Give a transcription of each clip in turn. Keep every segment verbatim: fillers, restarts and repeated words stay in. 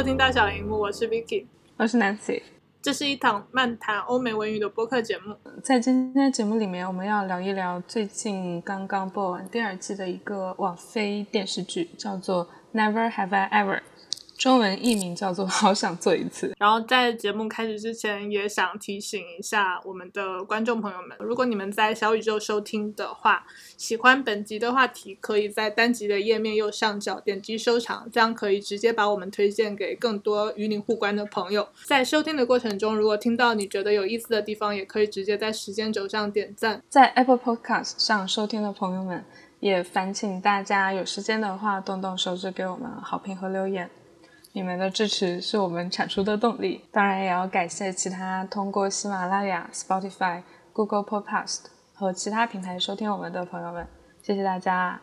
听大小荧幕，我是 Vicky， 我是 Nancy。 这是一档漫谈欧美文语的播客节目。 在今天的节目里面，我们要聊一聊最近刚刚播完第二季的一个网飞电视剧，叫做 Never Have I Ever， 中文译名叫做好想做一次。 然后在节目开始之前，也想提醒一下我们的观众朋友们，如果你们在小宇宙收听的话，喜欢本集的话题，可以在单集的页面右上角点击收藏，这样可以直接把我们推荐给更多与你互关的朋友。在收听的过程中，如果听到你觉得有意思的地方，也可以直接在时间轴上点赞。 在 Apple Podcast 上收听的朋友们，也烦请大家有时间的话动动手指给我们好评和留言，你们的支持是我们产出的动力。当然也要感谢其他通过喜马拉雅、Spotify、Google Podcast 和其他平台收听我们的朋友们，谢谢大家。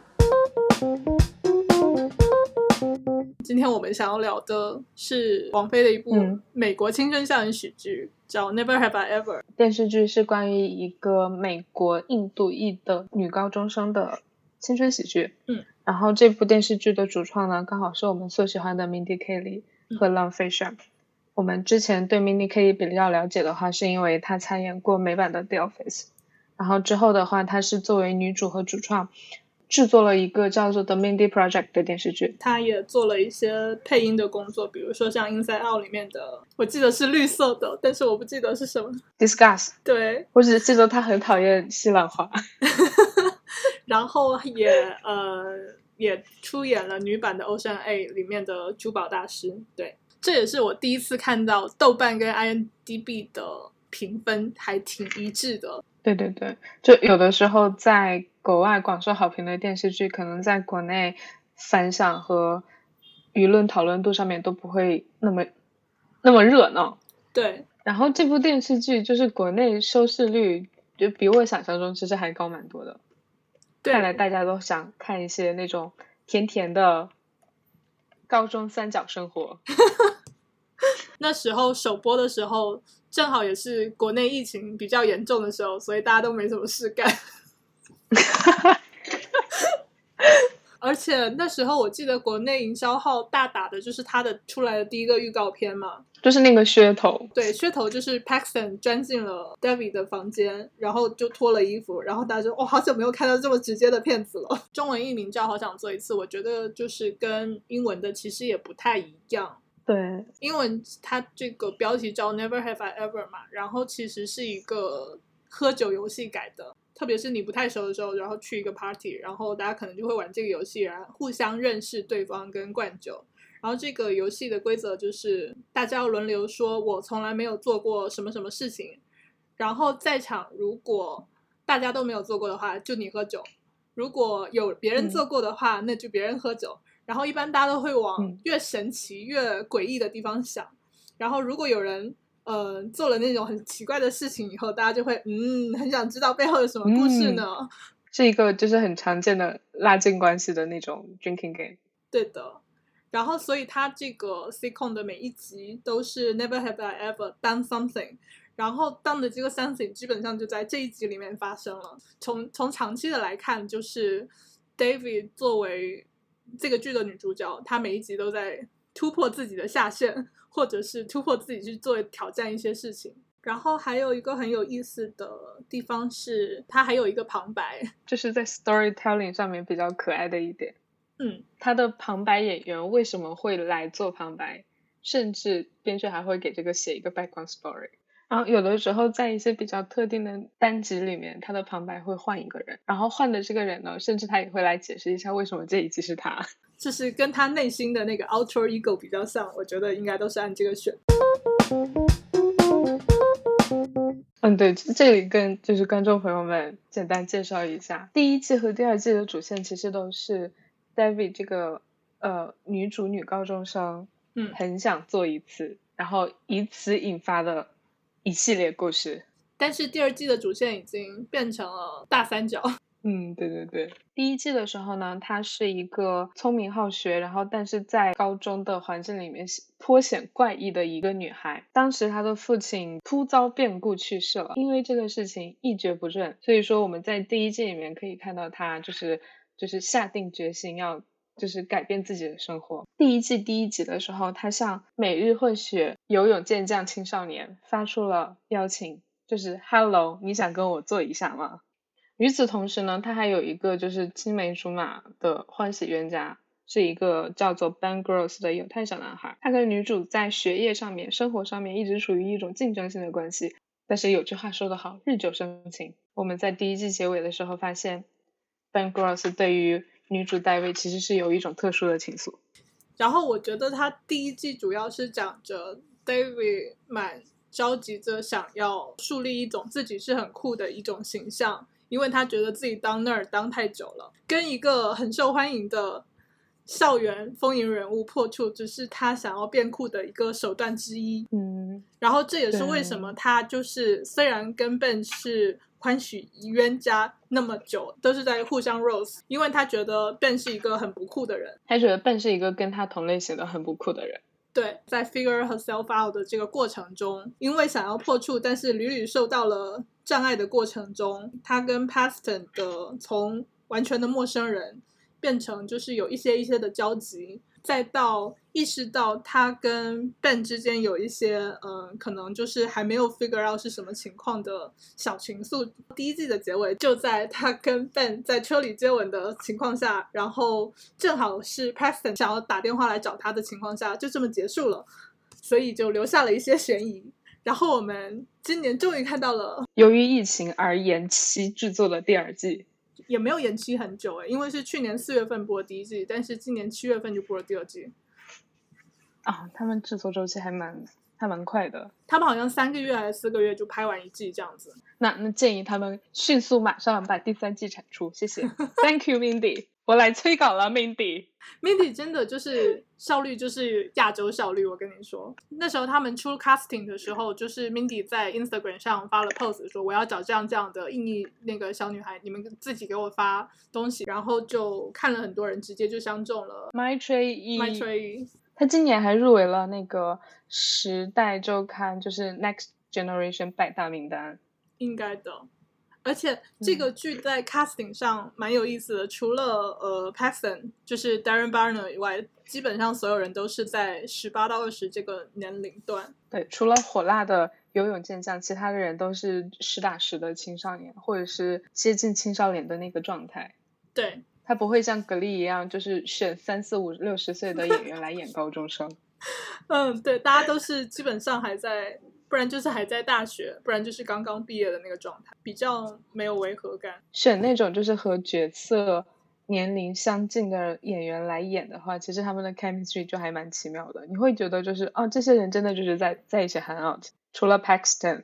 今天我们想要聊的是王菲的一部美国青春校园喜剧，叫 Never Have I Ever。 电视剧是关于一个美国印度裔的女高中生的青春喜剧。 嗯， 然后这部电视剧的主创呢，刚好是我们所喜欢的 Mindy Kaling 和 Lon Fisher。嗯、我们之前对 Mindy Kaling 比较了解的话，是因为她参演过美版的 The Office， 然后之后的话，她是作为女主和主创制作了一个叫做 The Mindy Project 的电视剧。 她也做了一些配音的工作，比如说像 Inside Out 里面的，我记得是绿色的，但是我不记得是什么 Discuss。 对， 我只记得她很讨厌西兰花然后也呃也出演了女版的 Ocean A 里面的珠宝大师。对，这也是我第一次看到豆瓣跟 I M D B 的评分还挺一致的。 对对对，就有的时候在国外广受好评的电视剧，可能在国内反响和舆论讨论度上面都不会那么那么热闹。 对， 然后这部电视剧就是国内收视率就比我想象中其实还高蛮多的。看来大家都想看一些那种甜甜的高中三角生活。 那时候首播的时候正好也是国内疫情比较严重的时候，所以大家都没什么事干而且那时候我记得国内营销号大打的就是他的出来的第一个预告片嘛， 就是那个噱头。 对，噱头就是 Paxton 钻进了 David 的房间，然后就脱了衣服，然后大家说哦，好久没有看到这么直接的片子了。中文译名叫好想做一次，我觉得就是跟英文的其实也不太一样。 对， 英文它这个标题叫 Never Have I Ever 嘛，然后其实是一个喝酒游戏改的，特别是你不太熟的时候，然后去一个 party， 然后大家可能就会玩这个游戏，然后互相认识对方跟灌酒。然后这个游戏的规则就是大家要轮流说我从来没有做过什么什么事情，然后在场如果大家都没有做过的话就你喝酒，如果有别人做过的话、嗯、那就别人喝酒。然后一般大家都会往越神奇、嗯、越诡异的地方想，然后如果有人呃做了那种很奇怪的事情以后，大家就会嗯很想知道背后有什么故事呢、嗯、 是一个就是很常见的拉近关系的那种 drinking game。 对的，然后所以他这个 sitcom 的每一集都是 Never Have I Ever done something， 然后 done 的这个 something 基本上就在这一集里面发生了。从从长期的来看，就是 David 作为这个剧的女主角，她每一集都在突破自己的下限，或者是突破自己去做挑战一些事情。然后还有一个很有意思的地方是她还有一个旁白， 就是在 storytelling 上面比较可爱的一点。 嗯， 他的旁白演员为什么会来做旁白，甚至编剧还会给这个写一个 background story。然后有的时候在一些比较特定的单集里面，他的旁白会换一个人，然后换的这个人呢，甚至他也会来解释一下为什么这一集是他， 就是跟他内心的那个 alter ego 比较像，我觉得应该都是按这个选。 嗯，对，这里跟就是观众朋友们简单介绍一下，第一季和第二季的主线其实都是 David 这个呃女主女高中生嗯很想做一次，然后以此引发的一系列故事。 但是第二季的主线已经变成了大三角。 嗯，对对对。第一季的时候呢，她是一个聪明好学，然后但是在高中的环境里面颇显怪异的一个女孩。当时她的父亲突遭变故去世了，因为这个事情一蹶不振，所以说我们在第一季里面可以看到她就是就是下定决心要就是改变自己的生活。第一季第一集的时候，他向每日混血游泳健将青少年发出了邀请，就是 Hello 你想跟我做一下吗？与此同时呢，他还有一个就是青梅竹马的欢喜冤家，是一个叫做 Ben Gross 的犹太小男孩。他跟女主在学业上面生活上面一直处于一种竞争性的关系，但是有句话说得好，日久生情。我们在第一季结尾的时候发现 Ben Gross 对于女主戴维其实是有一种特殊的情愫。 然后我觉得他第一季主要是讲着 David 蛮着急着想要树立一种自己是很酷的一种形象，因为他觉得自己当 nerd 当太久了，跟一个很受欢迎的校园风云人物破处只是他想要变酷的一个手段之一。 嗯， 然后这也是为什么他就是虽然跟 Ben 是欢喜冤家那么久，都是在互相 roast， 因为他觉得 Ben 是一个很不酷的人， 他觉得 Ben 是一个跟他同类型的很不酷的人。 对，在 figure herself out 的这个过程中，因为想要破处，但是屡屡受到了障碍的过程中，他跟 Paxton 的从完全的陌生人变成就是有一些一些的交集，再到意识到他跟 Ben 之间有一些嗯、呃，可能就是还没有 figure out 是什么情况的小情愫。第一季的结尾就在他跟 Ben 在车里接吻的情况下，然后正好是 Paxton 想要打电话来找他的情况下，就这么结束了，所以就留下了一些悬疑。然后我们今年终于看到了由于疫情而延期制作的第二季， 也没有延期很久诶，因为是去年四月份播第一季，但是今年七月份就播了第二季。 啊，他们制作周期还蛮还蛮快的， 他们好像三个月还是四个月就拍完一季这样子。 那那建议他们迅速马上把第三季产出，谢谢。Thank you Mindy， 我来催稿了 Mindy。 Mindy 真的就是效率就是亚洲效率，我跟你说，那时候他们出 casting 的时候，就是 Mindy 在 Instagram 上发了 post 说我要找这样这样的印尼那个小女孩，你们自己给我发东西，然后就看了很多人直接就相中了 Maitreyi Maitreyi。 他今年还入围了那个时代周刊就是 Next Generation 百大名单， 应该的。而且这个剧在 casting 上蛮有意思的，嗯、除了呃 Paxton 就是 Darren Barner 以外，基本上所有人都是在十八到二十这个年龄段。 对，除了火辣的游泳健将，其他的人都是实打实的青少年，或者是接近青少年的那个状态。 对， 他不会像格力一样，就是选三四五六十岁的演员来演高中生。 嗯，对，大家都是基本上还在。不然就是还在大学，不然就是刚刚毕业的那个状态，比较没有违和感。 选那种就是和角色年龄相近的演员来演的话，其实他们的 chemistry 就还蛮奇妙的。你会觉得就是哦，这些人真的就是在在一起 hang out。除了 Paxton，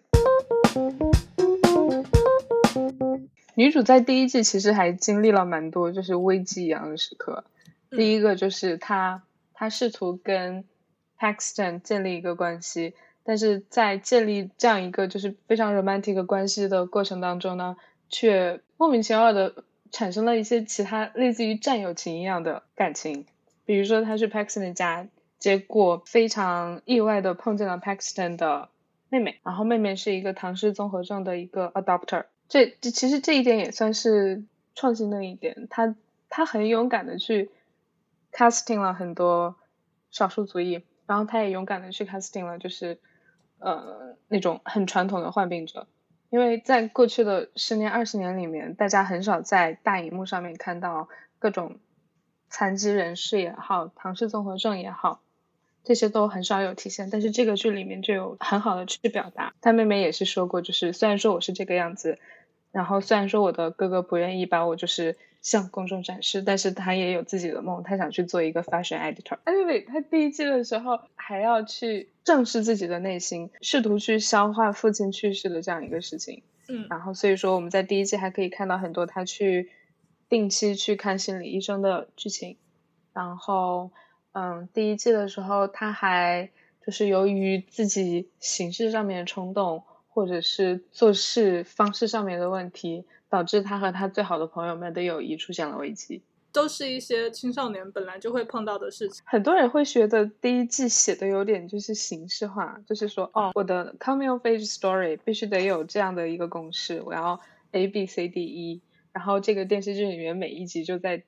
女主在第一季其实还经历了蛮多就是危机一样的时刻。嗯、第一个就是她她试图跟 Paxton 建立一个关系。但是在建立这样一个就是非常 romantic 的关系的过程当中呢，却莫名其妙的产生了一些其他类似于战友情一样的感情。比如说他去 Paxton 家，结果非常意外的碰见了 Paxton 的妹妹，然后妹妹是一个唐氏综合症的一个 adopter。这其实这一点也算是创新的一点，他他很勇敢的去 casting 了很多少数族裔，然后他也勇敢的去 casting 了就是呃，那种很传统的患病者。因为在过去的十年二十年里面，大家很少在大荧幕上面看到各种残疾人士也好，唐氏综合症也好，这些都很少有体现，但是这个剧里面就有很好的去表达。他妹妹也是说过，就是虽然说我是这个样子，然后虽然说我的哥哥不愿意把我就是向公众展示，但是他也有自己的梦，他想去做一个 fashion editor。 anyway 他第一季的时候还要去正视自己的内心，试图去消化父亲去世的这样一个事情。 嗯， 然后所以说我们在第一季还可以看到很多他去定期去看心理医生的剧情。然后嗯，第一季的时候他还就是由于自己行事上面的冲动，或者是做事方式上面的问题，导致他和他最好的朋友们的友谊出现了危机， 都是一些青少年本来就会碰到的事情。 很多人会觉得第一季写的有点就是形式化，就是说哦，我的 coming of age story 必须得有这样的一个公式，我要 A B C D E， 然后这个电视剧里面每一集就在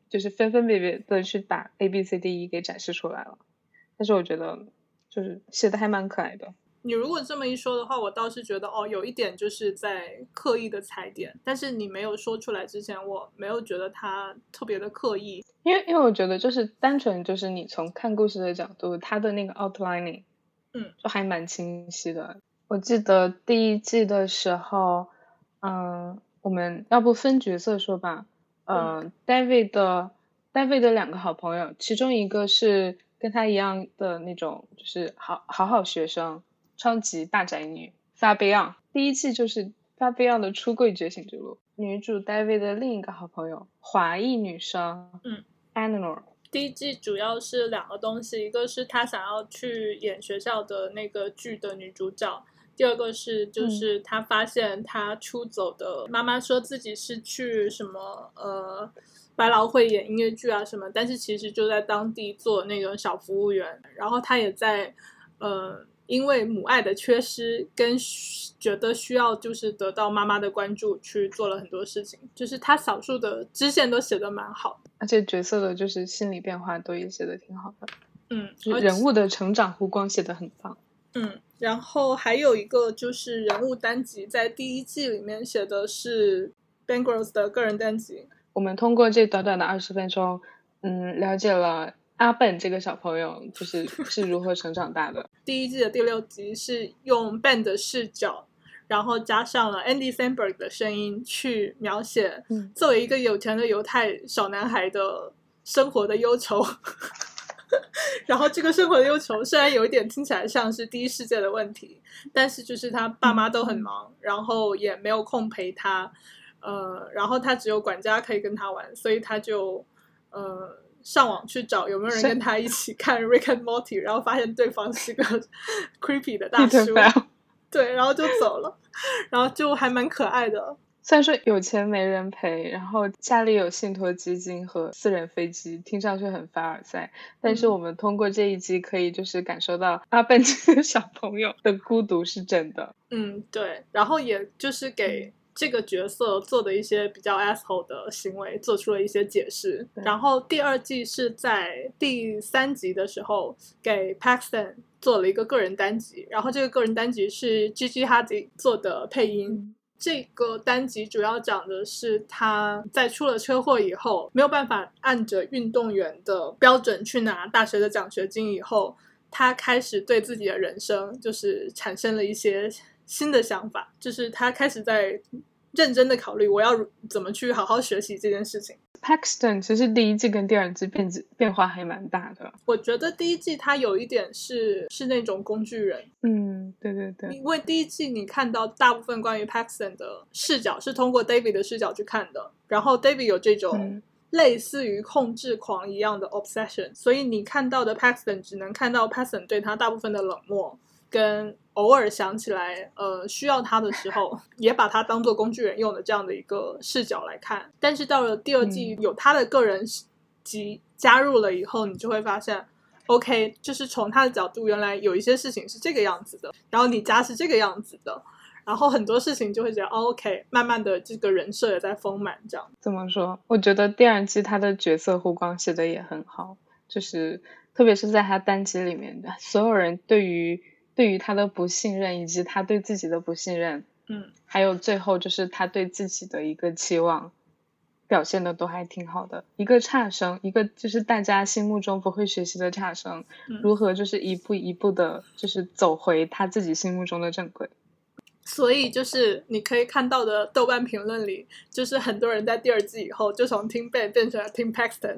就是分分别别的去把 A B C D E 给展示出来了，但是我觉得就是写的还蛮可爱的。 你如果这么一说的话，我倒是觉得哦，有一点就是在刻意的踩点，但是你没有说出来之前，我没有觉得它特别的刻意。 因为因为我觉得就是单纯就是你从看故事的角度，它的那个 outlining， 嗯， 就还蛮清晰的。我记得第一季的时候，嗯，我们要不分角色说吧，呃、嗯、，David 的 David 的两个好朋友，其中一个是跟他一样的那种，就是好好好学生。超级大宅女 Fabian， 第一季就是 Fabian 的出柜觉醒之路。女主 David 的另一个好朋友华裔女生嗯 Eleanor。 第一季主要是两个东西，一个是她想要去演学校的那个剧的女主角，第二个是就是她发现她出走的、嗯、妈妈说自己是去什么呃百老汇演音乐剧啊什么，但是其实就在当地做那种小服务员，然后她也在呃因为母爱的缺失跟觉得需要就是得到妈妈的关注去做了很多事情，就是他少数的支线都写得蛮好的， 而且角色的就是心理变化都也写得挺好的。 嗯， 就是人物的成长弧光写得很棒。 嗯，然后还有一个就是人物单集，在第一季里面写的是 Bangross 的个人单集。 我们通过这短短的二十分钟，嗯，了解了阿笨这个小朋友就是是如何成长大的。 第一季的第六集是用 Ben 的视角，然后加上了 Andy Samberg 的声音去描写作为一个有钱的犹太小男孩的生活的忧愁。然后这个生活的忧愁虽然有一点听起来像是第一世界的问题，但是就是他爸妈都很忙，然后也没有空陪他，呃，然后他只有管家可以跟他玩，所以他就呃上网去找有没有人跟他一起看 Rick and Morty， 然后发现对方是个 creepy 的大叔，对，然后就走了，然后就还蛮可爱的。 虽然说有钱没人陪，然后家里有信托基金和私人飞机，听上去很凡尔赛，但是我们通过这一集可以就是感受到阿笨这个小朋友的孤独是真的。 嗯，对，然后也就是给这个角色做的一些比较 asshole 的行为做出了一些解释。然后第二季是在第三集的时候给 Paxton 做了一个个人单集，然后这个个人单集是 Gigi Hadid 做的配音。嗯，这个单集主要讲的是他在出了车祸以后没有办法按着运动员的标准去拿大学的奖学金以后，他开始对自己的人生就是产生了一些新的想法，就是他开始在认真的考虑我要怎么去好好学习这件事情。 Paxton 其实第一季跟第二季变变化还蛮大的。 我觉得第一季他有一点是是那种工具人。 嗯，对对对。 因为第一季你看到大部分关于 Paxton 的视角是通过 David 的视角去看的，然后 David 有这种类似于控制狂一样的 obsession，、嗯、所以你看到的 Paxton 只能看到 Paxton 对他大部分的冷漠，跟偶尔想起来呃需要他的时候也把他当作工具人用的这样的一个视角来看。但是到了第二季、嗯、有他的个人集加入了以后，你就会发现 OK， 就是从他的角度原来有一些事情是这个样子的，然后你家是这个样子的，然后很多事情就会觉得、哦、OK， 慢慢的这个人设也在丰满。这样怎么说，我觉得第二季他的角色弧光写的也很好，就是特别是在他单集里面的所有人对于对于他的不信任，以及他对自己的不信任， 嗯， 还有最后就是他对自己的一个期望，表现的都还挺好的。一个差生，一个就是大家心目中不会学习的差生、嗯、如何就是一步一步的就是走回他自己心目中的正轨。 所以就是你可以看到的豆瓣评论里，就是很多人在第二季以后就从 Team Ben 变成了 Team Paxton。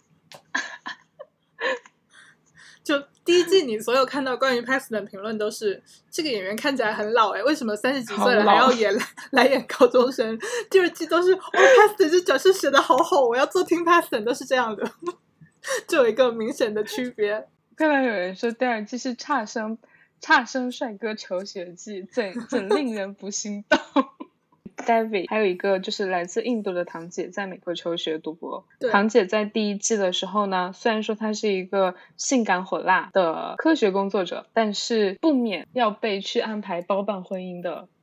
就第一季你所有看到关于 Paxton 的评论都是这个演员看起来很老，诶为什么三十几岁了还要演来演高中生。第二季都是哦 Paxton 这角色写得好好，我要做 Team Paxton， 都是这样的。就有一个明显的区别。 看到有人说第二季是差生差生帅哥求学记，怎怎令人不心动。David 还有一个就是来自印度的堂姐在美国求学读博。堂姐在第一季的时候呢，虽然说她是一个性感火辣的科学工作者，但是不免要被去安排包办婚姻的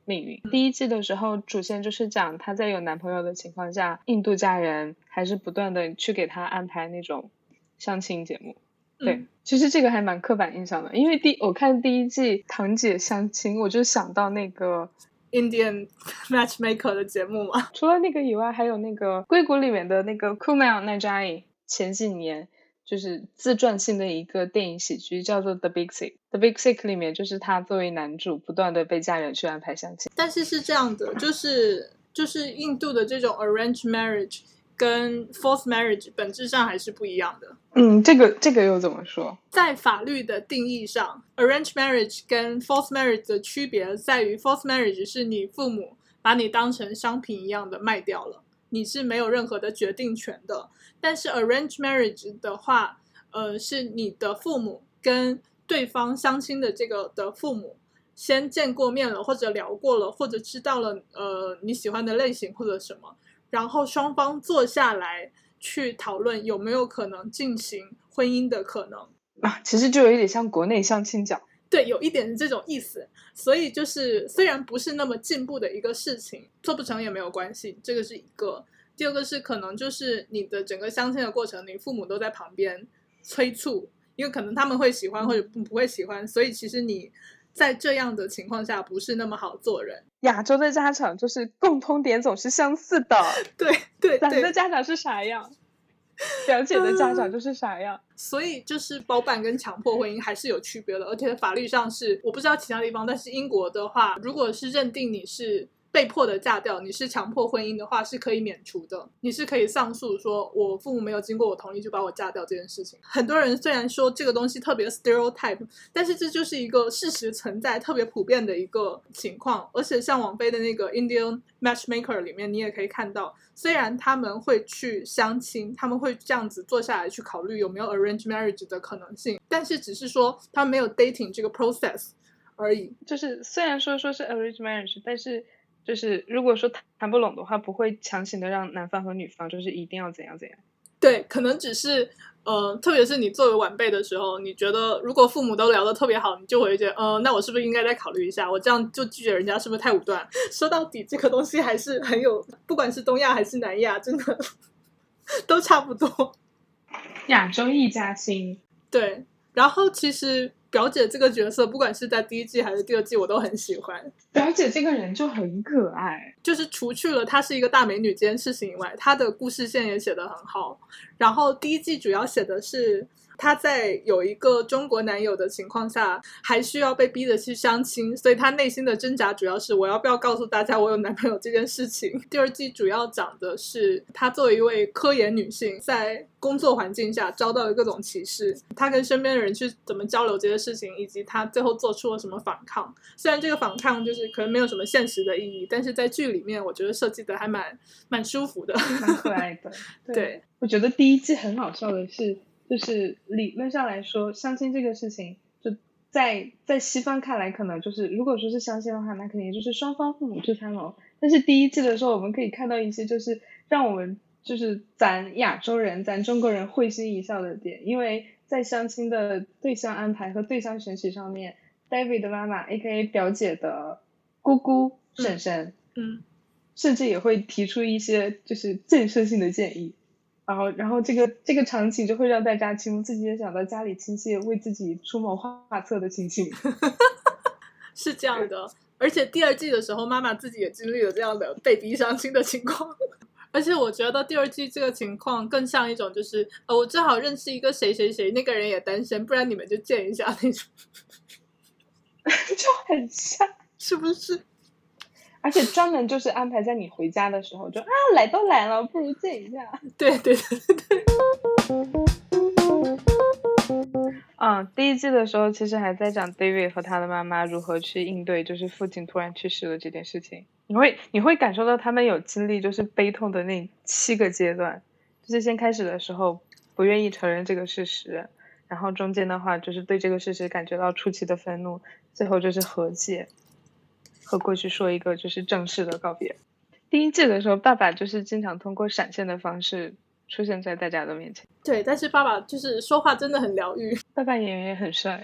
命运。第一季的时候主线就是讲她在有男朋友的情况下，印度家人还是不断的去给她安排那种相亲节目。对、嗯、其实这个还蛮刻板印象的，因为第我看第一季堂姐相亲，我就想到那个 Indian Matchmaker 的节目嘛。 除了那个以外，还有那个硅谷里面的那个 Kumail Nanjiani 前几年就是自传性的一个电影喜剧叫做 The Big Sick。 The Big Sick 里面就是他作为男主不断的被家人去安排相亲。 但是是这样的，就是就是印度的这种 arranged marriage 跟 forced marriage 本质上还是不一样的。 嗯，这个这个又怎么说？ 在法律的定义上 arranged marriage 跟 forced marriage 的区别在于 forced marriage 是你父母把你当成商品一样的卖掉了，你是没有任何的决定权的。但是 arranged marriage 的话呃，是你的父母跟对方相亲的这个的父母先见过面了，或者聊过了，或者知道了呃你喜欢的类型或者什么，然后双方坐下来去讨论有没有可能进行婚姻的可能啊，其实就有一点像国内相亲角。 对，有一点是这种意思。所以就是虽然不是那么进步的一个事情，做不成也没有关系，这个是一个。第二个是可能就是你的整个相亲的过程你父母都在旁边催促，因为可能他们会喜欢或者不会喜欢，所以其实你在这样的情况下不是那么好做人。 亚洲的家长就是共通点总是相似的。 对对对， 咱的家长是啥样，表姐的家长就是啥样、 嗯、所以就是包办跟强迫婚姻还是有区别的，而且法律上是我不知道其他地方，但是英国的话如果是认定你是被迫的嫁掉，你是强迫婚姻的话是可以免除的，你是可以上诉说我父母没有经过我同意就把我嫁掉这件事情。很多人虽然说这个东西特别 stereotype， 但是这就是一个事实存在特别普遍的一个情况。而且像网飞的那个 Indian Matchmaker 里面你也可以看到，虽然他们会去相亲，他们会这样子坐下来去考虑有没有 arranged marriage 的可能性，但是只是说他们没有 dating 这个 process 而已。 就是虽然说说是 arranged marriage， 但是就是如果说谈不拢的话不会强行的让男方和女方就是一定要怎样怎样。 对，可能只是呃，特别是你作为晚辈的时候，你觉得如果父母都聊得特别好，你就会觉得呃，那我是不是应该再考虑一下，我这样就拒绝人家是不是太武断。说到底这个东西还是很有，不管是东亚还是南亚真的都差不多， 亚洲一家亲。 对，然后其实表姐这个角色不管是在第一季还是第二季我都很喜欢。 表姐这个人就很可爱， 就是除去了她是一个大美女这件事情以外，她的故事线也写得很好。然后第一季主要写的是她在有一个中国男友的情况下还需要被逼着去相亲，所以她内心的挣扎主要是我要不要告诉大家我有男朋友这件事情。第二季主要讲的是她作为一位科研女性在工作环境下遭到了各种歧视，她跟身边的人去怎么交流这些事情，以及她最后做出了什么反抗。虽然这个反抗就是可能没有什么现实的意义，但是在剧里面我觉得设计的还蛮蛮舒服的， 蛮可爱的。 对, 对， 我觉得第一季很好笑的是就是理论上来说相亲这个事情就在在西方看来可能就是如果说是相亲的话那肯定就是双方父母去参谋，但是第一季的时候我们可以看到一些就是让我们就是咱亚洲人咱中国人会心一笑的点。因为在相亲的对象安排和对象选取上面， David 的妈妈 A K A 表姐的姑姑婶婶嗯，嗯甚至也会提出一些就是建设性的建议，然后然后这个这个场景就会让大家倾慕，自己也想到家里亲戚为自己出谋划策的情形。 是这样的，而且第二季的时候妈妈自己也经历了这样的被逼相亲的情况。而且我觉得第二季这个情况更像一种就是呃，我正好认识一个谁谁谁，那个人也单身，不然你们就见一下那种。 就很像， 是不是？ 而且专门就是安排在你回家的时候就啊来都来了不如见一下。 对对对对。 嗯，第一季的时候其实还在讲 David 和他的妈妈如何去应对就是父亲突然去世了这件事情。你会你会感受到他们有经历就是悲痛的那七个阶段，就是先开始的时候不愿意承认这个事实，然后中间的话就是对这个事实感觉到出奇的愤怒，最后就是和解，和过去说一个就是正式的告别。第一季的时候爸爸就是经常通过闪现的方式出现在大家的面前。 对，但是爸爸就是说话真的很疗愈。 爸爸演员也很帅。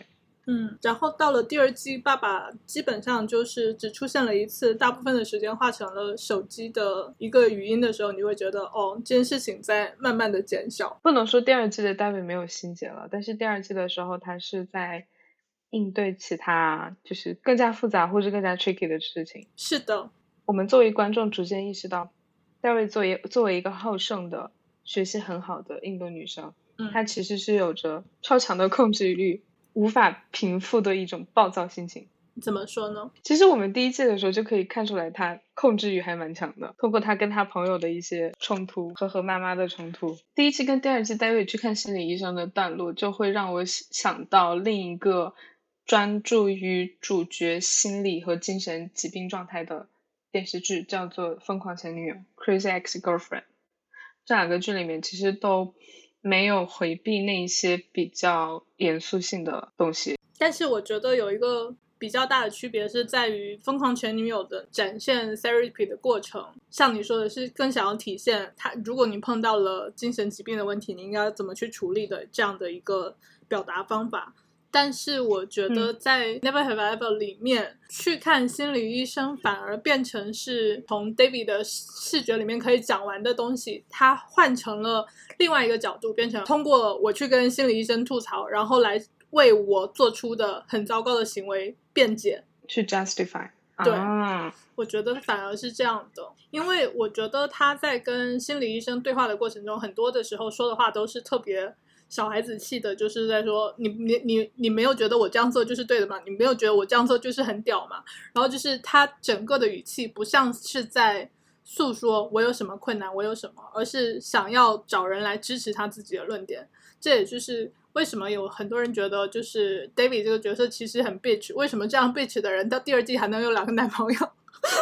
嗯，然后到了第二季，爸爸基本上就是只出现了一次，大部分的时间化成了手机的一个语音的时候，你会觉得哦，这件事情在慢慢的减小。 不能说第二季的 David 没有心结了，但是第二季的时候他是在应对其他就是更加复杂或是更加 tricky 的事情。 是的， 我们作为观众逐渐意识到 David 作为作为一个好胜的学习很好的印度女生， 嗯， 她其实是有着超强的控制欲，无法平复的一种暴躁心情。 怎么说呢？ 其实我们第一季的时候就可以看出来她控制欲还蛮强的，通过她跟她朋友的一些冲突和和妈妈的冲突。第一季跟第二季 David 去看心理医生的段落，就会让我想到另一个专注于主角心理和精神疾病状态的电视剧，叫做《疯狂前女友》 Crazy Ex-Girlfriend。 这两个剧里面其实都没有回避那一些比较严肃性的东西， 但是我觉得有一个比较大的区别是在于《疯狂前女友》的展现 therapy 的过程，像你说的是更想要体现他，如果你碰到了精神疾病的问题，你应该怎么去处理的这样的一个表达方法。但是我觉得在 Never Have I Ever 里面、嗯、去看心理医生反而变成是从 David 的视觉里面可以讲完的东西，他换成了另外一个角度，变成通过我去跟心理医生吐槽，然后来为我做出的很糟糕的行为辩解， 去 justify。 对、 啊、 我觉得反而是这样的，因为我觉得他在跟心理医生对话的过程中，很多的时候说的话都是特别小孩子气的，就是在说你你你你没有觉得我这样做就是对的吗？你没有觉得我这样做就是很屌吗？然后就是他整个的语气不像是在诉说我有什么困难我有什么，而是想要找人来支持他自己的论点。这也就是为什么有很多人觉得就是 David 这个角色其实很 bitch， 为什么这样 bitch 的人到第二季还能有两个男朋友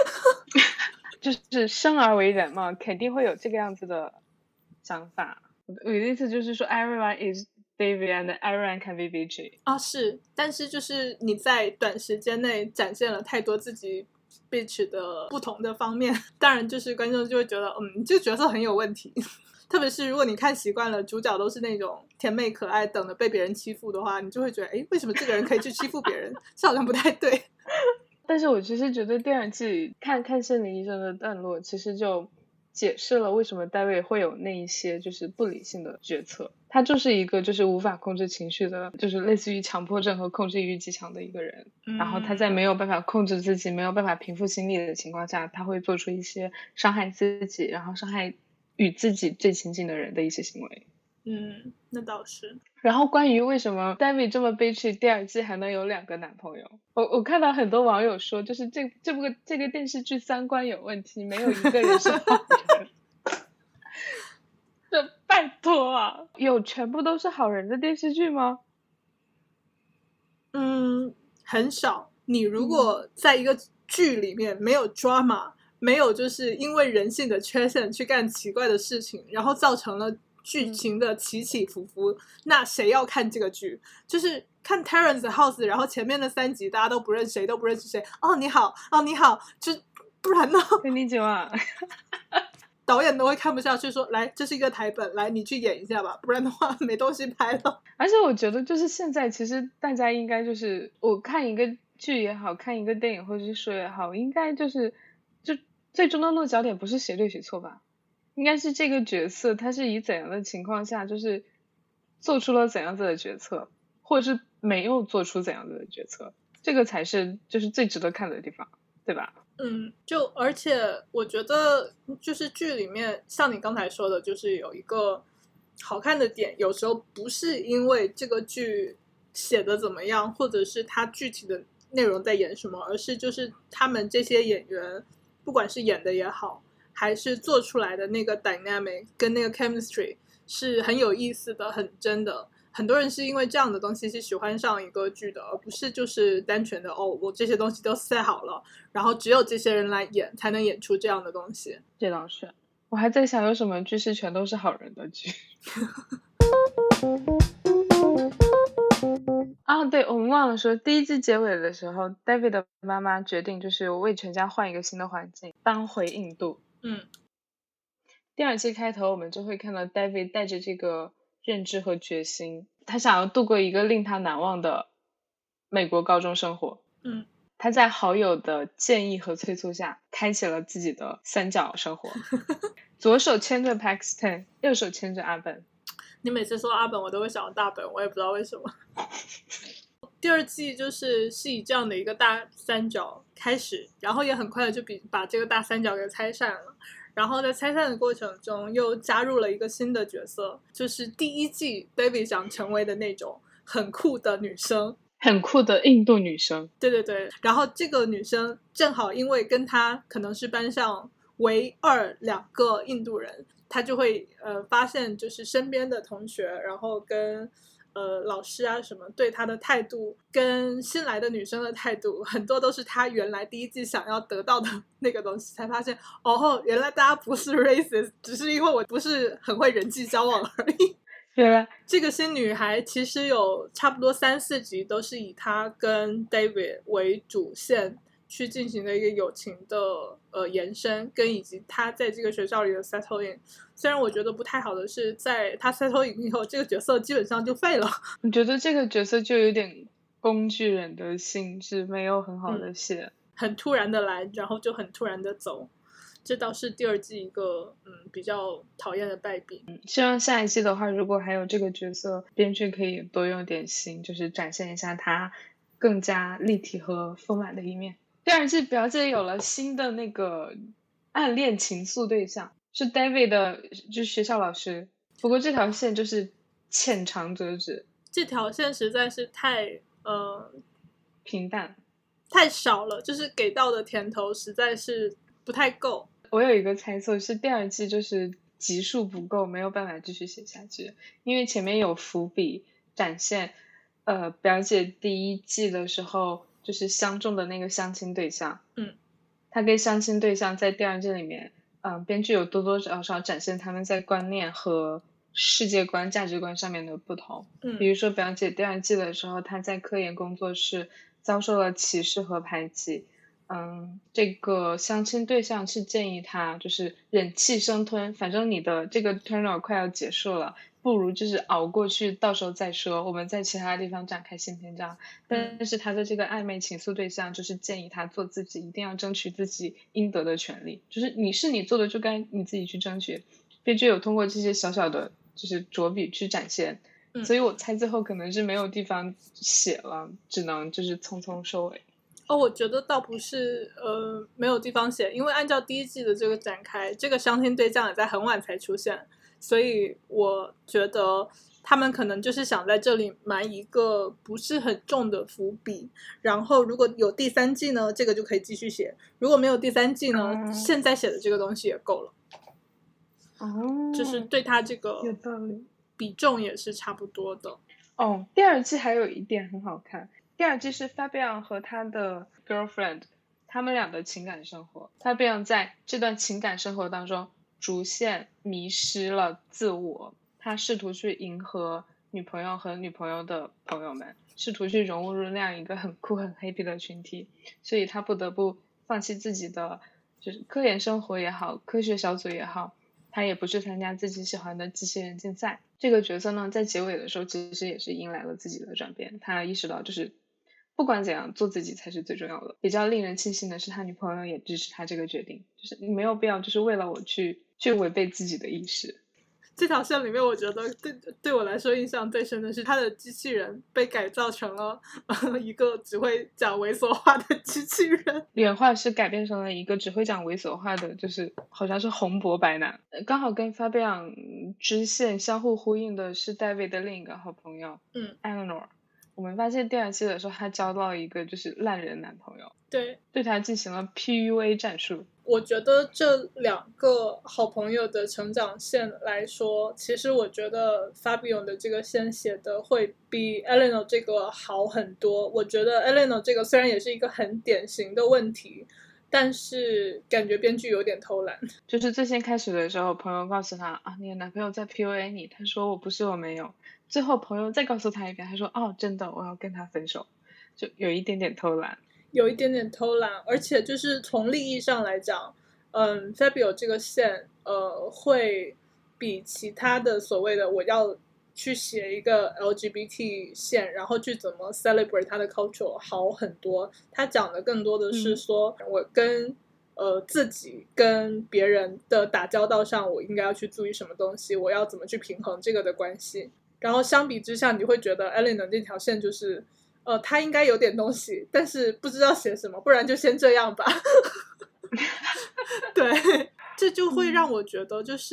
就是生而为人嘛，肯定会有这个样子的想法。我的意思就是说 everyone is David and everyone can be bitchy。 哦，是，但是就是你在短时间内展现了太多自己 bitch 的不同的方面，当然就是观众就会觉得嗯，这个角色很有问题特别是如果你看习惯了主角都是那种甜美可爱等着被别人欺负的话，你就会觉得诶，为什么这个人可以去欺负别人这好像不太对但是我其实觉得第二季看看心理医生的段落，其实就解释了为什么 David 会有那一些就是不理性的决策。他就是一个就是无法控制情绪的，就是类似于强迫症和控制欲极强的一个人、嗯、然后他在没有办法控制自己没有办法平复心理的情况下，他会做出一些伤害自己然后伤害与自己最亲近的人的一些行为。 嗯，那倒是。 然后关于为什么 David 这么悲剧，第二季还能有两个男朋友，我我看到很多网友说，就是这这部这个电视剧三观有问题，没有一个人是好人。这拜托啊，有全部都是好人的电视剧吗？ 嗯，很少。你如果在一个剧里面没有 drama，没有就是因为人性的缺陷去干奇怪的事情，然后造成了剧情的起起伏伏、嗯、那谁要看这个剧？就是看 Terrace House， 然后前面的三集大家都不认识谁都不认识谁，哦你好哦你好，就不然呢跟你讲啊导演都会看不下去说来这是一个台本，来你去演一下吧，不然的话没东西拍了。 而且我觉得就是现在其实大家应该就是我看一个剧也好，看一个电影或者是书也好，应该就是就最终的落脚点不是谁对谁错吧，应该是这个角色他是以怎样的情况下就是做出了怎样子的决策，或者是没有做出怎样子的决策，这个才是就是最值得看的地方，对吧？ 嗯，就而且我觉得就是剧里面像你刚才说的，就是有一个好看的点，有时候不是因为这个剧写的怎么样，或者是它具体的内容在演什么，而是就是他们这些演员不管是演的也好，还是做出来的那个 dynamic 跟那个 chemistry 是很有意思的，很真的。很多人是因为这样的东西是喜欢上一个剧的，而不是就是单纯的哦，我这些东西都塞好了，然后只有这些人来演才能演出这样的东西。 这倒是，我还在想有什么剧是全都是好人的剧啊，对，我们忘了说，第一季结尾的时候 David 的妈妈决定就是为全家换一个新的环境，搬回印度。 嗯， 第二季开头我们就会看到 David 带着这个认知和决心，他想要度过一个令他难忘的美国高中生活。 嗯， 他在好友的建议和催促下开启了自己的三角生活左手牵着 Paxton， 右手牵着阿本。 你每次说阿本我都会想到大本，我也不知道为什么第二季就是是以这样的一个大三角开始，然后也很快的就比把这个大三角给拆散了，然后在拆散的过程中又加入了一个新的角色，就是第一季 David 想成为的那种很酷的女生， 很酷的印度女生。 对对对，然后这个女生正好因为跟她可能是班上唯二两个印度人，她就会呃发现就是身边的同学，然后跟呃老师啊什么对她的态度，跟新来的女生的态度，很多都是她原来第一季想要得到的那个东西，才发现哦，原来大家不是 racist， 只是因为我不是很会人际交往而已。 原来这个新女孩其实有差不多三四集都是以她跟 David 为主线去进行的一个友情的呃延伸，跟以及她在这个学校里的 settle in。虽然我觉得不太好的是，在她 settle in 以后，这个角色基本上就废了。 你觉得这个角色就有点工具人的性质，没有很好的写、嗯、 很突然的来，然后就很突然的走。这倒是第二季一个嗯比较讨厌的败笔。 嗯，希望下一季的话，如果还有这个角色，编剧可以多用点心，就是展现一下他更加立体和丰满的一面。第二季表姐有了新的那个暗恋情愫对象，是 David 的，就是学校老师。不过这条线就是浅尝辄止， 这条线实在是太呃平淡， 太少了，就是给到的甜头实在是不太够。 我有一个猜测是第二季就是集数不够，没有办法继续写下去，因为前面有伏笔展现，呃，表姐第一季的时候就是相中的那个相亲对象， 嗯， 他跟相亲对象在第二季里面，嗯、呃，编剧有多多少少展现他们在观念和世界观、价值观上面的不同。 嗯， 比如说表姐第二季的时候，她在科研工作室遭受了歧视和排挤。嗯，这个相亲对象是建议他就是忍气生吞，反正你的这个 turnover 快要结束了，不如就是熬过去，到时候再说，我们在其他地方展开新篇章。但是他的这个暧昧情愫对象就是建议他做自己，一定要争取自己应得的权利，就是你是你做的就该你自己去争取。编剧有通过这些小小的就是着笔去展现，所以我猜最后可能是没有地方写了，只能就是匆匆收尾。 哦，我觉得倒不是呃没有地方写，因为按照第一季的这个展开，这个相亲对象也在很晚才出现，所以我觉得他们可能就是想在这里埋一个不是很重的伏笔，然后如果有第三季呢，这个就可以继续写；如果没有第三季呢，嗯、现在写的这个东西也够了。 哦， 就是对他这个有道理， 比重也是差不多的。 哦，第二季还有一点很好看。第二季是 Fabian 和他的 girlfriend 他们俩的情感生活。Fabian 在这段情感生活当中逐渐迷失了自我，他试图去迎合女朋友和女朋友的朋友们，试图去融入那样一个很酷很 happy 的群体，所以他不得不放弃自己的就是科研生活也好，科学小组也好，他也不去参加自己喜欢的机器人竞赛。这个角色呢，在结尾的时候其实也是迎来了自己的转变，他意识到就是不管怎样做自己才是最重要的。比较令人庆幸的是他女朋友也支持他这个决定，就是你没有必要就是为了我去去违背自己的意识。 这条线里面我觉得对对我来说印象最深的是他的机器人被改造成了、呃、一个只会讲猥琐话的机器人， 原话是改变成了一个只会讲猥琐话的，就是好像是红脖白男。刚好跟 Fabian 支线相互呼应的是 David 的另一个好朋友嗯 Eleanor。我们发现第二季的时候他交到了一个就是烂人男朋友， 对， 对他进行了 P U A 战术。 我觉得这两个好朋友的成长线来说，其实我觉得 Fabian 的这个线写的会比 Eleanor 这个好很多。我觉得 Eleanor 这个虽然也是一个很典型的问题，但是感觉编剧有点偷懒。 就是最先开始的时候，朋友告诉他啊，你的男朋友在 P U A 你，他说我不是，我没有。最后朋友再告诉他一遍，他说哦，真的，我要跟他分手，就有一点点偷懒。 有一点点偷懒，而且就是从利益上来讲，嗯 Fabio 这个线呃会比其他的所谓的我要去写一个 L G B T 线，然后去怎么 celebrate 它的 culture 好很多。他讲的更多的是说、嗯、我跟呃自己跟别人的打交道上，我应该要去注意什么东西，我要怎么去平衡这个的关系。然后相比之下，你会觉得 Eleanor 这条线就是呃他应该有点东西，但是不知道写什么，不然就先这样吧。对，这就会让我觉得就是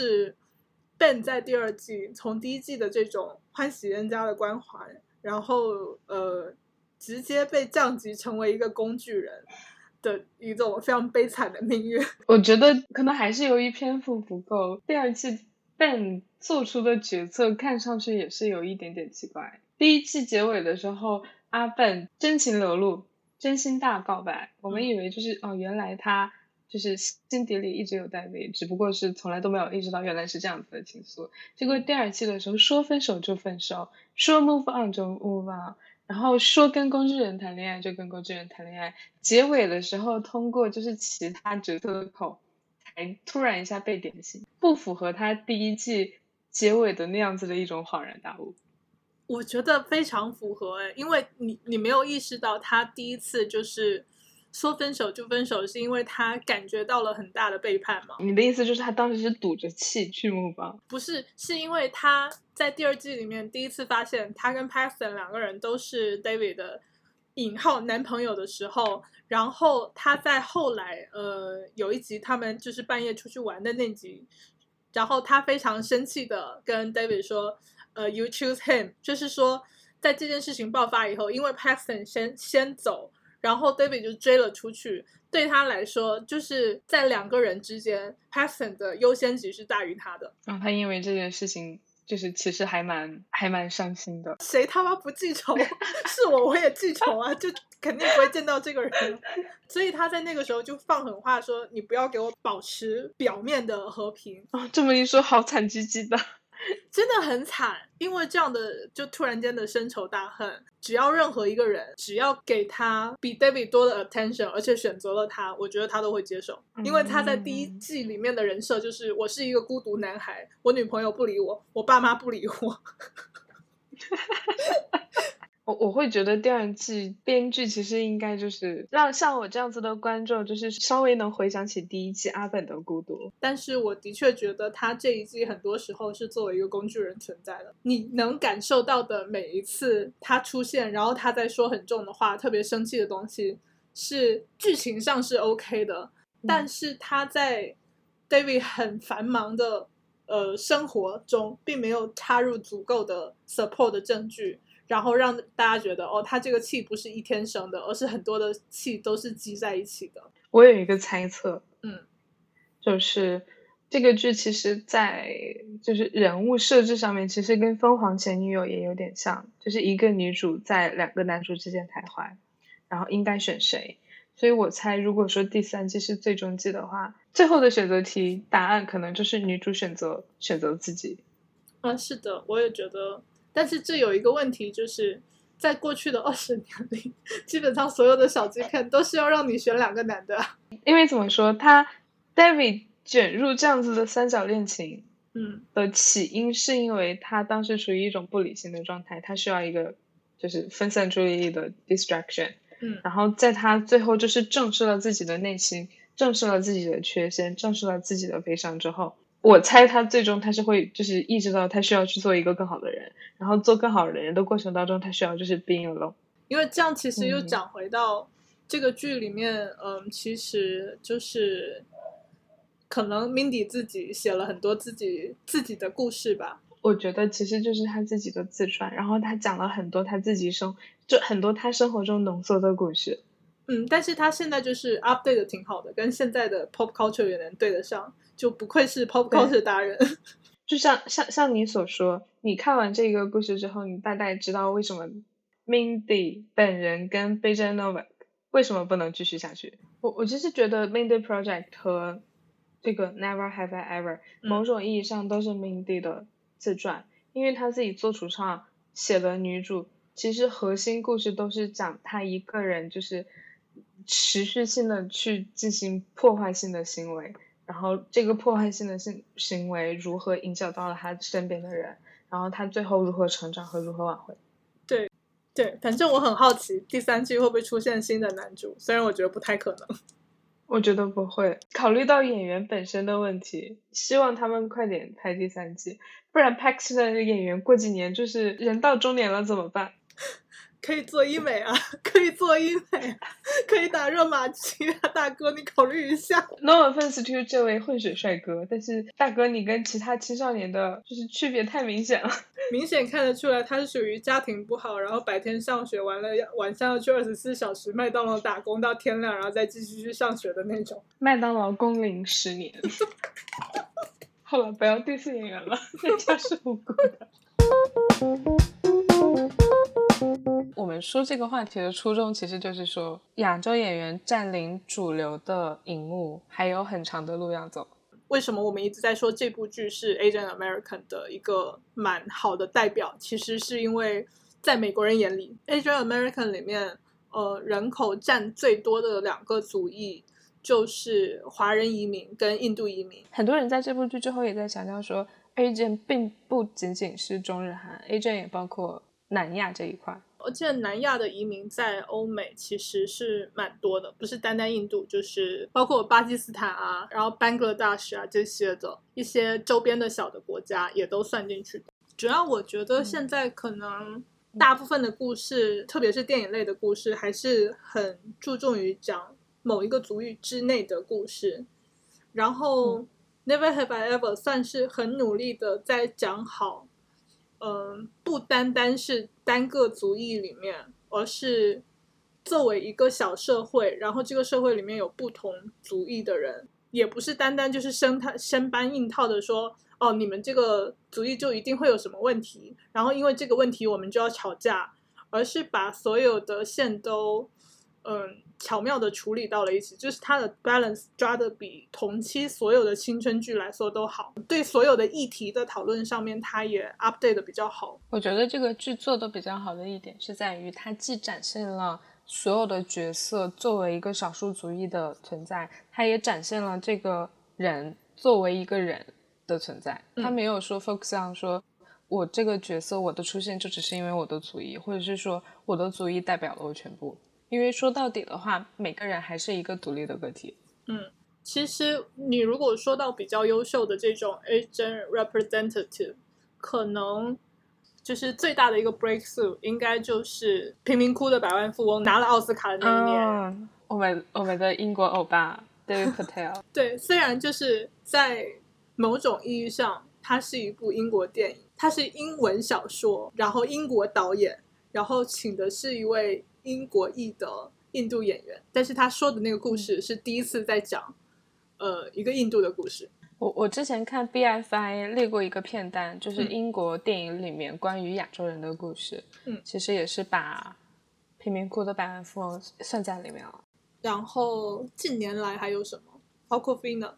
Ben 在第二季从第一季的这种欢喜人家的关怀，然后呃直接被降级成为一个工具人的一种非常悲惨的命运。 我觉得可能还是由于篇幅不够，第二季 Ben 做出的决策看上去也是有一点点奇怪。第一季结尾的时候，阿 Ben 真情流露，真心大告白，我们以为就是、嗯、哦，原来他就是心底里一直有David，只不过是从来都没有意识到原来是这样子的情愫。结果第二季的时候说分手就分手，说 move on 就 move on， 然后说跟工具人谈恋爱就跟工具人谈恋爱，结尾的时候通过就是其他角色的口才突然一下被点醒，不符合他第一季结尾的那样子的一种恍然大悟。 我觉得非常符合诶，因为你你没有意识到他第一次就是说分手就分手，是因为他感觉到了很大的背叛吗？ 你的意思就是他当时是赌着气去move on？ 不是，是因为他在第二季里面第一次发现他跟 Paxton 两个人都是 David 的引号男朋友的时候，然后他在后来呃有一集他们就是半夜出去玩的那集，然后他非常生气的跟 David 说呃 You choose him， 就是说在这件事情爆发以后，因为 Paxton 先先走，然后 David 就追了出去，对他来说就是在两个人之间 Paxton 的优先级是大于他的。 然后他因为这件事情就是其实还蛮还蛮伤心的。 谁他妈不记仇？是我我也记仇啊，就肯定不会见到这个人。所以他在那个时候就放狠话说，你不要给我保持表面的和平。 哦，这么一说好惨兮兮的。 真的很惨，因为这样的就突然间的深仇大恨，只要任何一个人只要给他比 David 多的 attention， 而且选择了他，我觉得他都会接受。因为他在第一季里面的人设就是我是一个孤独男孩，我女朋友不理我，我爸妈不理我。 我我会觉得第二季编剧其实应该就是让像我这样子的观众就是稍微能回想起第一季阿本的孤独。 但是我的确觉得他这一季很多时候是作为一个工具人存在的，你能感受到的每一次他出现，然后他在说很重的话，特别生气的东西，是剧情上是 OK 的、嗯、但是他在 David 很繁忙的呃生活中并没有插入足够的 support 的证据，然后让大家觉得哦，他这个气不是一天生的，而是很多的气都是积在一起的。 我有一个猜测， 嗯， 就是这个剧其实在就是人物设置上面其实跟疯狂前女友也有点像，就是一个女主在两个男主之间徘徊，然后应该选谁。所以我猜如果说第三季是最终季的话，最后的选择题答案可能就是女主选择选择自己。 啊，是的，我也觉得。但是这有一个问题，就是在过去的二十年里，基本上所有的小鸡片都是要让你选两个男的。 因为怎么说，他 David 卷入这样子的三角恋情嗯的起因是因为他当时处于一种不理性的状态，他需要一个就是分散注意力的 distraction。 嗯， 然后在他最后就是正视了自己的内心，正视了自己的缺陷，正视了自己的悲伤之后，我猜他最终他是会就是意识到他需要去做一个更好的人，然后做更好的人的过程当中他需要就是 being alone。 因为这样其实又讲回到这个剧里面，嗯，嗯其实就是可能 Mindy 自己写了很多自己自己的故事吧。 我觉得其实就是他自己的自传，然后他讲了很多他自己生就很多他生活中浓缩的故事。 嗯，但是他现在就是 update 的挺好的，跟现在的 pop culture 也能对得上，就不愧是 pop culture 达人。 就像像像你所说，你看完这个故事之后，你大概知道为什么 Mindy 本人跟 Bridget Novak 为什么不能继续下去。我我其实觉得 Mindy Project 和这个 Never Have I Ever、嗯、某种意义上都是 Mindy 的自传，因为他自己做主唱写了女主，其实核心故事都是讲他一个人就是持续性的去进行破坏性的行为，然后这个破坏性的行行为如何影响到了他身边的人，然然后他最后如何成长和如何挽回。 对对，反正我很好奇第三季会不会出现新的男主，虽然我觉得不太可能。 我觉得不会，考虑到演员本身的问题，希望他们快点拍第三季，不然 Paxton 的演员过几年就是人到中年了怎么办？ 可以做医美啊，可以做医美啊，可以打热玛吉啊，大哥你考虑一下。 No offense to 这位混血帅哥，但是大哥你跟其他青少年的就是区别太明显了。 明显看得出来他是属于家庭不好，然后白天上学完了晚上要去二十四小时麦当劳打工到天亮，然后再继续去上学的那种。 麦当劳工龄十年。好了，不要diss演员了，人家是无辜的。我们说这个话题的初衷其实就是说亚洲演员占领主流的荧幕还有很长的路要走。 为什么我们一直在说这部剧是 Asian American 的一个蛮好的代表，其实是因为在美国人眼里 Asian American 里面呃，人口占最多的两个族裔就是华人移民跟印度移民。 很多人在这部剧之后也在强调说 Asian 并不仅仅是中日韩， Asian 也包括南亚这一块， 而且南亚的移民在欧美其实是蛮多的，不是单单印度，就是包括巴基斯坦啊，然后 Bangladesh 啊这些的一些周边的小的国家也都算进去的。主要我觉得现在可能大部分的故事、嗯、特别是电影类的故事还是很注重于讲某一个族裔之内的故事，然后、嗯、Never Have I Ever 算是很努力的在讲好嗯，不单单是单个族裔里面，而是作为一个小社会，然后这个社会里面有不同族裔的人，也不是单单就是生他生搬硬套的说哦，你们这个族裔就一定会有什么问题，然后因为这个问题我们就要吵架，而是把所有的线都嗯巧妙的处理到了一起，就是它的 balance 抓的比同期所有的青春剧来说都好，对所有的议题的讨论上面它也 update 的比较好。 我觉得这个剧做的比较好的一点是在于它既展现了所有的角色作为一个少数族裔的存在，它也展现了这个人作为一个人的存在，它没有说 focus on 说我这个角色我的出现就只是因为我的族裔，或者是说我的族裔代表了我全部，因为说到底的话每个人还是一个独立的个体。 嗯，其实你如果说到比较优秀的这种 Asian representative， 可能就是最大的一个 breakthrough 应该就是贫民窟的百万富翁拿了奥斯卡的那一年、 嗯、我们我们的英国欧巴 David Patel 对，虽然就是在某种意义上它是一部英国电影，它是英文小说，然后英国导演，然后请的是一位英国裔的印度演员，但是他说的那个故事是第一次在讲呃一个印度的故事。 我我之前看 B F I 列过一个片单，就是英国电影里面关于亚洲人的故事， 嗯， 其实也是把贫民窟的百万富翁算在里面了。 然后近年来还有什么？包括 Fina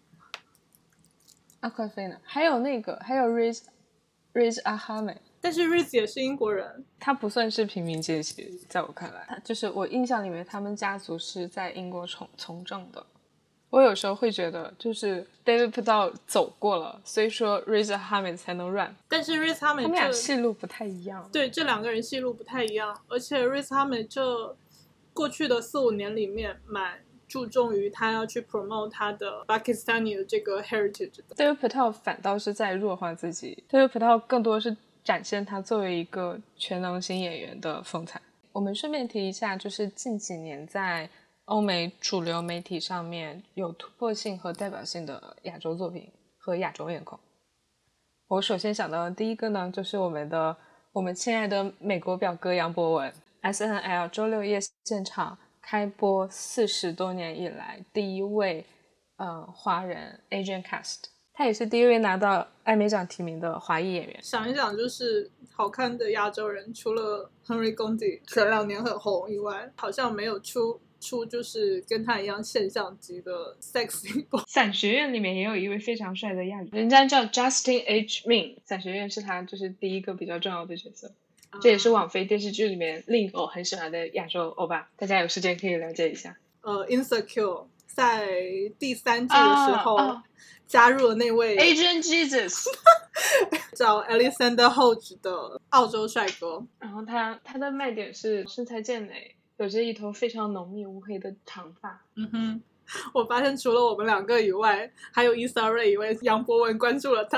Awkwafina 还有那个还有 Riz Riz Ahmed， 但是 Riz 也是英国人， 他不算是平民阶级，在我看来，他就是我印象里面他们家族是在英国从从政的。我有时候会觉得就是 David Patel 走过了，所以说 Riz Ahmed 才能 run， 但是 Riz Ahmed 他们俩戏路不太一样。 对，这两个人戏路不太一样，而且 Riz Ahmed 这过去的四五年里面蛮注重于他要去 promote 他的 Pakistani 的这个 heritage 的。 David Patel 反倒是在弱化自己， David Patel 更多是展现他作为一个全能型演员的风采。我们顺便提一下，就是近几年在欧美主流媒体上面有突破性和代表性的亚洲作品和亚洲面孔。我首先想到的第一个呢，就是我们的我们亲爱的美国表哥杨博文 S N L 周六夜现场开播四十多年以来第一位呃华人 Asian cast， 他也是第一位拿到艾美奖提名的华裔演员。 想一想，就是好看的亚洲人，除了 Henry Gondi 前两年很红以外，好像没有出出就是跟他一样现象级的 sexy boy。 伞学院里面也有一位非常帅的亚裔，人家叫 Justin H. Min， 伞学院是他就是第一个比较重要的角色。这也是网飞电视剧里面另一个我很喜欢的亚洲欧巴，大家有时间可以了解一下。 呃 Insecure 在第三季的时候、 啊啊、 加入了那位 Agent Jesus 找 Alexander Holt 的澳洲帅哥。 然后他他的卖点是身材健美，有着一头非常浓密乌黑的长发。 嗯哼，我发现除了我们两个以外，还有伊莎瑞以为杨博文关注了他。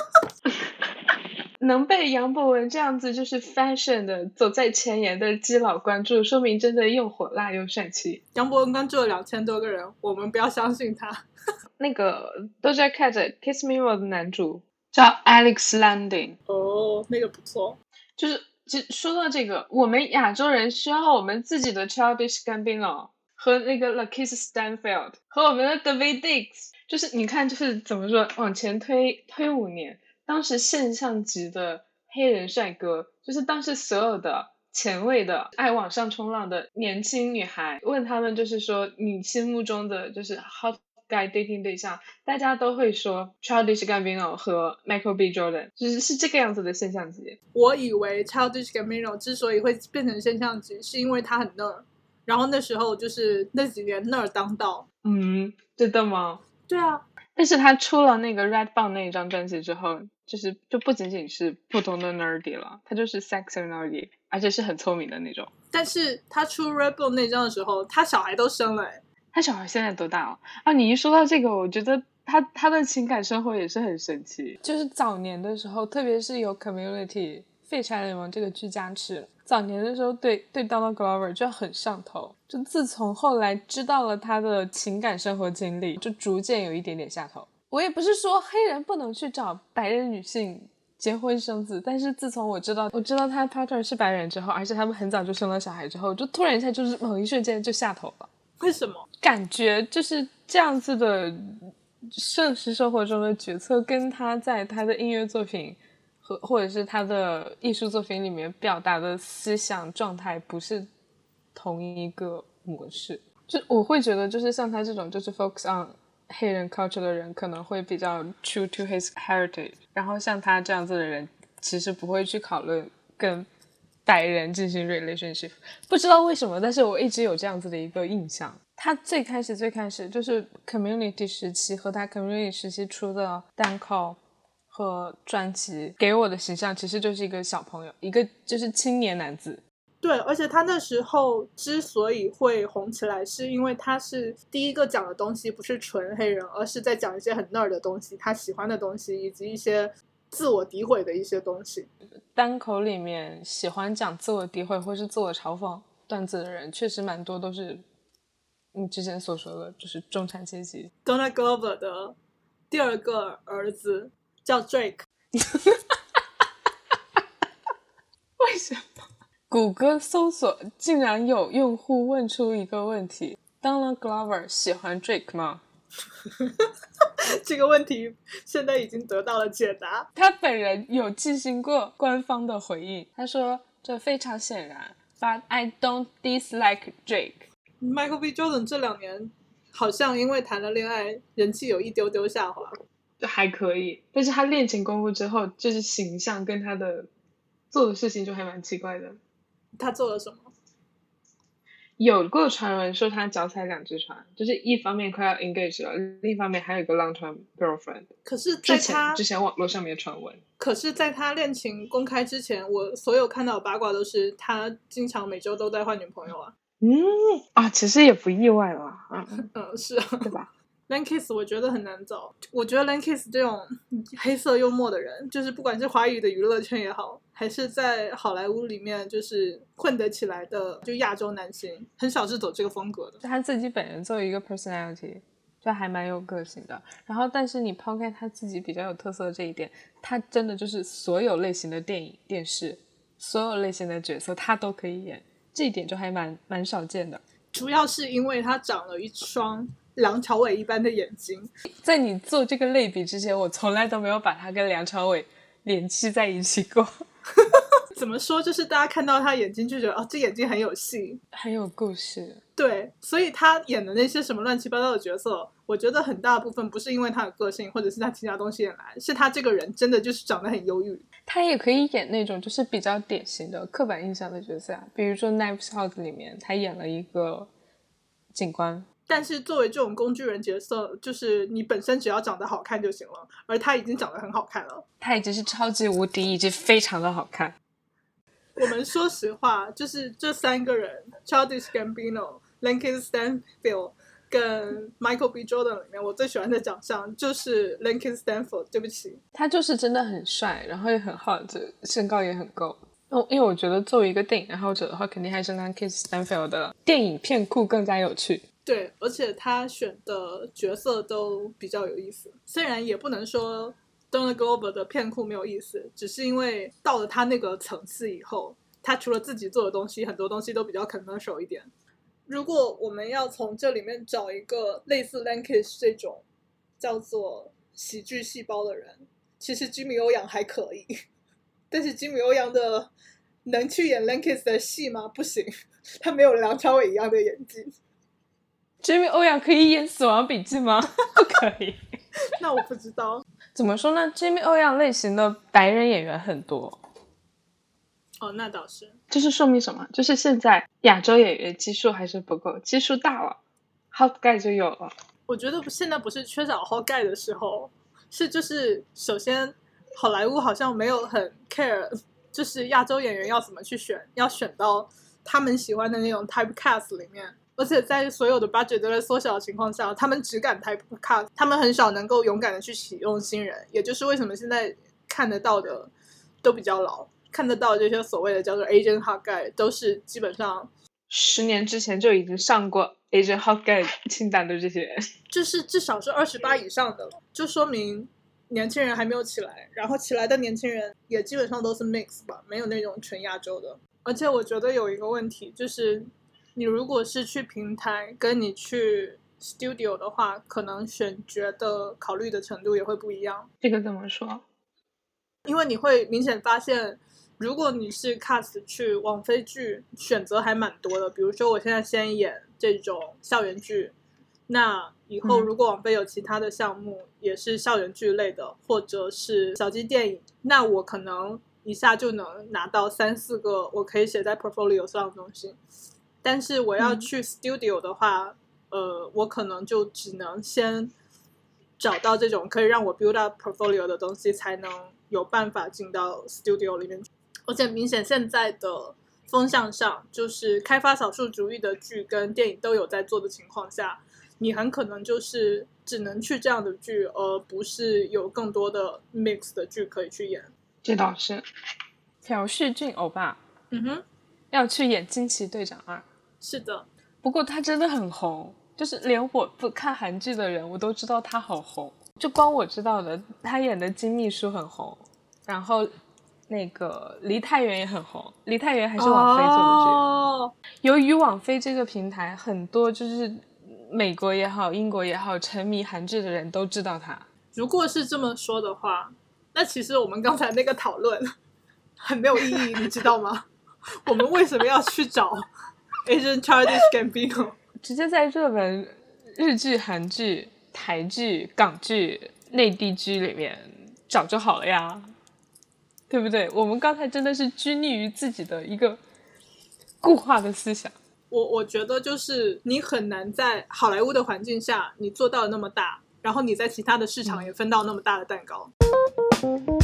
能被杨博文这样子就是 fashion 的走在前沿的基佬关注，说明真的又火辣又帅气。 杨博文关注了两千多个人，我们不要相信他。 那个 Doja Cat Kiss Me More 的男主叫 Alex Landing。 哦，那个不错。 就是其实说到这个，我们亚洲人需要我们自己的 Childish Gambino 和那个 Lakeith Stanfield 和我们的 Daveed Diggs。就是你看，就是怎么说，往前推推五年，当时现象级的黑人帅哥，就是当时所有的前卫的爱往上冲浪的年轻女孩，问他们就是说你心目中的就是 hot guy dating 对象，大家都会说 Childish Gambino 和 Michael B. Jordan， 就是是这个样子的现象级。 我以为 Childish Gambino 之所以会变成现象级，是因为他很 nerd， 然后那时候就是那几年 nerd 当道。 嗯，真的吗？ 对啊， 但是他出了那个 Redbone 那一张专辑之后，就是就不仅仅是普通的 nerdy 了，他就是 sexy nerdy， 而且是很聪明的那种。 但是他出 Redbone 那张的时候，他小孩都生了诶。 他小孩现在多大了啊？你一说到这个，我觉得他他的情感生活也是很神奇。就是早年的时候，特别是有 Community 废柴联盟这个剧加持，早年的时候对对 Donald Glover 就很上头。就自从后来知道了他的情感生活经历，就逐渐有一点点下头。我也不是说黑人不能去找白人女性结婚生子，但是自从我知道我知道他 partner 是白人之后，而且他们很早就生了小孩之后，就突然一下就是某一瞬间就下头了。 为什么？ 感觉就是这样子的现实生活中的角色跟他在他的音乐作品和或者是他的艺术作品里面表达的思想状态不是同一个模式。就我会觉得就是像他这种就是 focus on 黑人 culture 的人可能会比较 true to his heritage， 然后像他这样子的人其实不会去讨论跟白人进行 relationship， 不知道为什么，但是我一直有这样子的一个印象。他最开始最开始就是 community 时期和他 community 时期出的单口和专辑给我的形象其实就是一个小朋友，一个就是青年男子。 对，而且他那时候之所以会红起来，是因为他是第一个讲的东西不是纯黑人，而是在讲一些很 nerd 的东西，他喜欢的东西，以及一些自我诋毁的一些东西。 单口里面喜欢讲自我诋毁或是自我嘲讽段子的人确实蛮多，都是你之前所说的就是中产阶级。 Donald Glover 的第二个儿子叫 Drake。 为什么谷歌搜索竟然有用户问出一个问题， Donald Glover 喜欢 Drake 吗？ 这个问题现在已经得到了解答。 他本人有进行过官方的回应，他说这非常显然 But I don't dislike Drake。 Michael B. Jordan 这两年好像因为谈了恋爱，人气有一丢丢下滑。 就还可以，但是他恋情公布之后，就是形象跟他的做的事情就还蛮奇怪的。 他做了什么？ 有过传闻说他脚踩两只船，就是一方面快要 engage 了，另一方面还有一个 long term girlfriend。 可是在他之前之前网络上面传闻， 可是在他恋情公开之前，我所有看到的八卦都是他经常每周都在换女朋友啊。 嗯啊，其实也不意外了。嗯嗯，是啊， 对吧？ Lankiss 我觉得很难找，我觉得 Lankiss 这种黑色幽默的人，就是不管是华语的娱乐圈也好，还是在好莱坞里面就是混得起来的就亚洲男星，很少是走这个风格的。 他自己本人作为一个 personality 就还蛮有个性的，然后但是你抛开他自己比较有特色的这一点，他真的就是所有类型的电影电视所有类型的角色他都可以演，这一点就还蛮蛮少见的。 主要是因为他长了一双梁朝伟一般的眼睛。 在你做这个类比之前，我从来都没有把他跟梁朝伟联系在一起过。 怎么说，就是大家看到他眼睛就觉得哦，这眼睛很有戏， 很有故事。 对，所以他演的那些什么乱七八糟的角色，我觉得很大部分不是因为他的个性或者是他其他东西演来，是他这个人真的就是长得很忧郁。 他也可以演那种就是比较典型的刻板印象的角色啊，比如说 Knives Out 里面他演了一个警官， 但是作为这种工具人角色，就是你本身只要长得好看就行了，而他已经长得很好看了， 他已经是超级无敌以及非常的好看。 我们说实话，就是这三个人 Childish Gambino、Lakeith Stanfield 跟 Michael B. Jordan 里面，我最喜欢的长相就是 Lakeith Stanfield。对不起， 他就是真的很帅，然后也很好，这身高也很够。因为我觉得作为一个电影爱好者的话，肯定还是 Lakeith Stanfield 的电影片库更加有趣。 对，而且他选的角色都比较有意思，虽然也不能说 Donald Glover 的片库没有意思，只是因为到了他那个层次以后，他除了自己做的东西，很多东西都比较 commercial 一点。如果我们要从这里面找一个类似 Lakeith 这种叫做喜剧细胞的人，其实吉米欧阳还可以，但是吉米欧阳的能去演 Lakeith 的戏吗？不行，他没有梁朝伟一样的演技。 Jimmy 欧阳可以演死亡笔记吗？不可以。 那我不知道怎么说呢， Jimmy 欧阳类型的白人演员很多。 哦，那倒是。 这是说明什么？就是现在亚洲演员基数还是不够，基数大了 hot guy 就有了。 我觉得现在不是缺少 hot guy 的时候，是就是首先好莱坞好像没有很 care 就是亚洲演员要怎么去选，要选到他们喜欢的那种 typecast 里面，而且在所有的 budget 都在缩小的情况下，他们只敢 typecast， 他们很少能够勇敢的去启用新人，也就是为什么现在看得到的都比较老，看得到的这些所谓的叫做 Asian hot guy 都是基本上十年之前就已经上过 Asian hot guy 清单的这些人， 就是至少是二十八以上的了，就说明年轻人还没有起来，然后起来的年轻人也基本上都是 mix 吧，没有那种纯亚洲的。而且我觉得有一个问题，就是你如果是去平台跟你去 studio 的话，可能选角的考虑的程度也会不一样。 这个怎么说？ 因为你会明显发现，如果你是 cast 去网飞剧，选择还蛮多的。比如说我现在先演这种校园剧，那以后如果网飞有其他的项目也是校园剧类的，或者是小鸡电影，那我可能一下就能拿到三四个我可以写在 portfolio 上的东西。但是我要去 studio 的话、嗯、呃，我可能就只能先找到这种可以让我 build up portfolio 的东西，才能有办法进到 studio 里面。而且明显现在的风向上，就是开发少数族裔的剧跟电影都有在做的情况下，你很可能就是只能去这样的剧，而不是有更多的 mix 的剧可以去演。 这倒是。朴叙俊欧巴， 嗯哼， 要去演惊奇队长二。 是的。 不过他真的很红，就是连我不看韩剧的人我都知道他好红。就光我知道的，他演的金秘书很红，然后那个梨泰院也很红，梨泰院还是网飞做的剧、哦、由于网飞这个平台，很多就是美国也好英国也好沉迷韩剧的人都知道他。 如果是这么说的话，那其实我们刚才那个讨论很没有意义你知道吗？我们为什么要去找 Asian Childish Gambino？ 直接在热门日剧韩剧台剧港剧内地剧里面找就好了呀，对不对？我们刚才真的是拘泥于自己的一个固化的思想。 我我觉得就是你很难在好莱坞的环境下你做到那么大，然后你在其他的市场也分到那么大的蛋糕、嗯、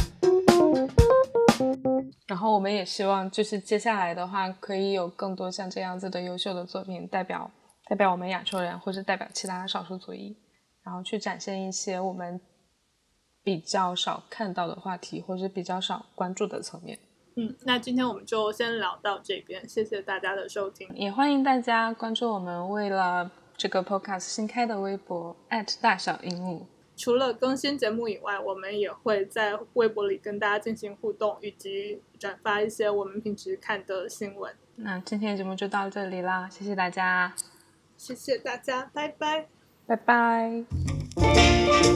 然后我们也希望就是接下来的话可以有更多像这样子的优秀的作品代表代表我们亚洲人或者代表其他的少数族裔，然后去展现一些我们比较少看到的话题或者比较少关注的层面。 嗯，那今天我们就先聊到这边，谢谢大家的收听， 也欢迎大家关注我们为了这个 podcast 新开的微博 at 大小樱木。 除了更新节目以外，我们也会在微博里跟大家进行互动，以及转发一些我们平时看的新闻。 那今天的节目就到这里啦，谢谢大家， 谢谢大家，拜拜， 拜拜。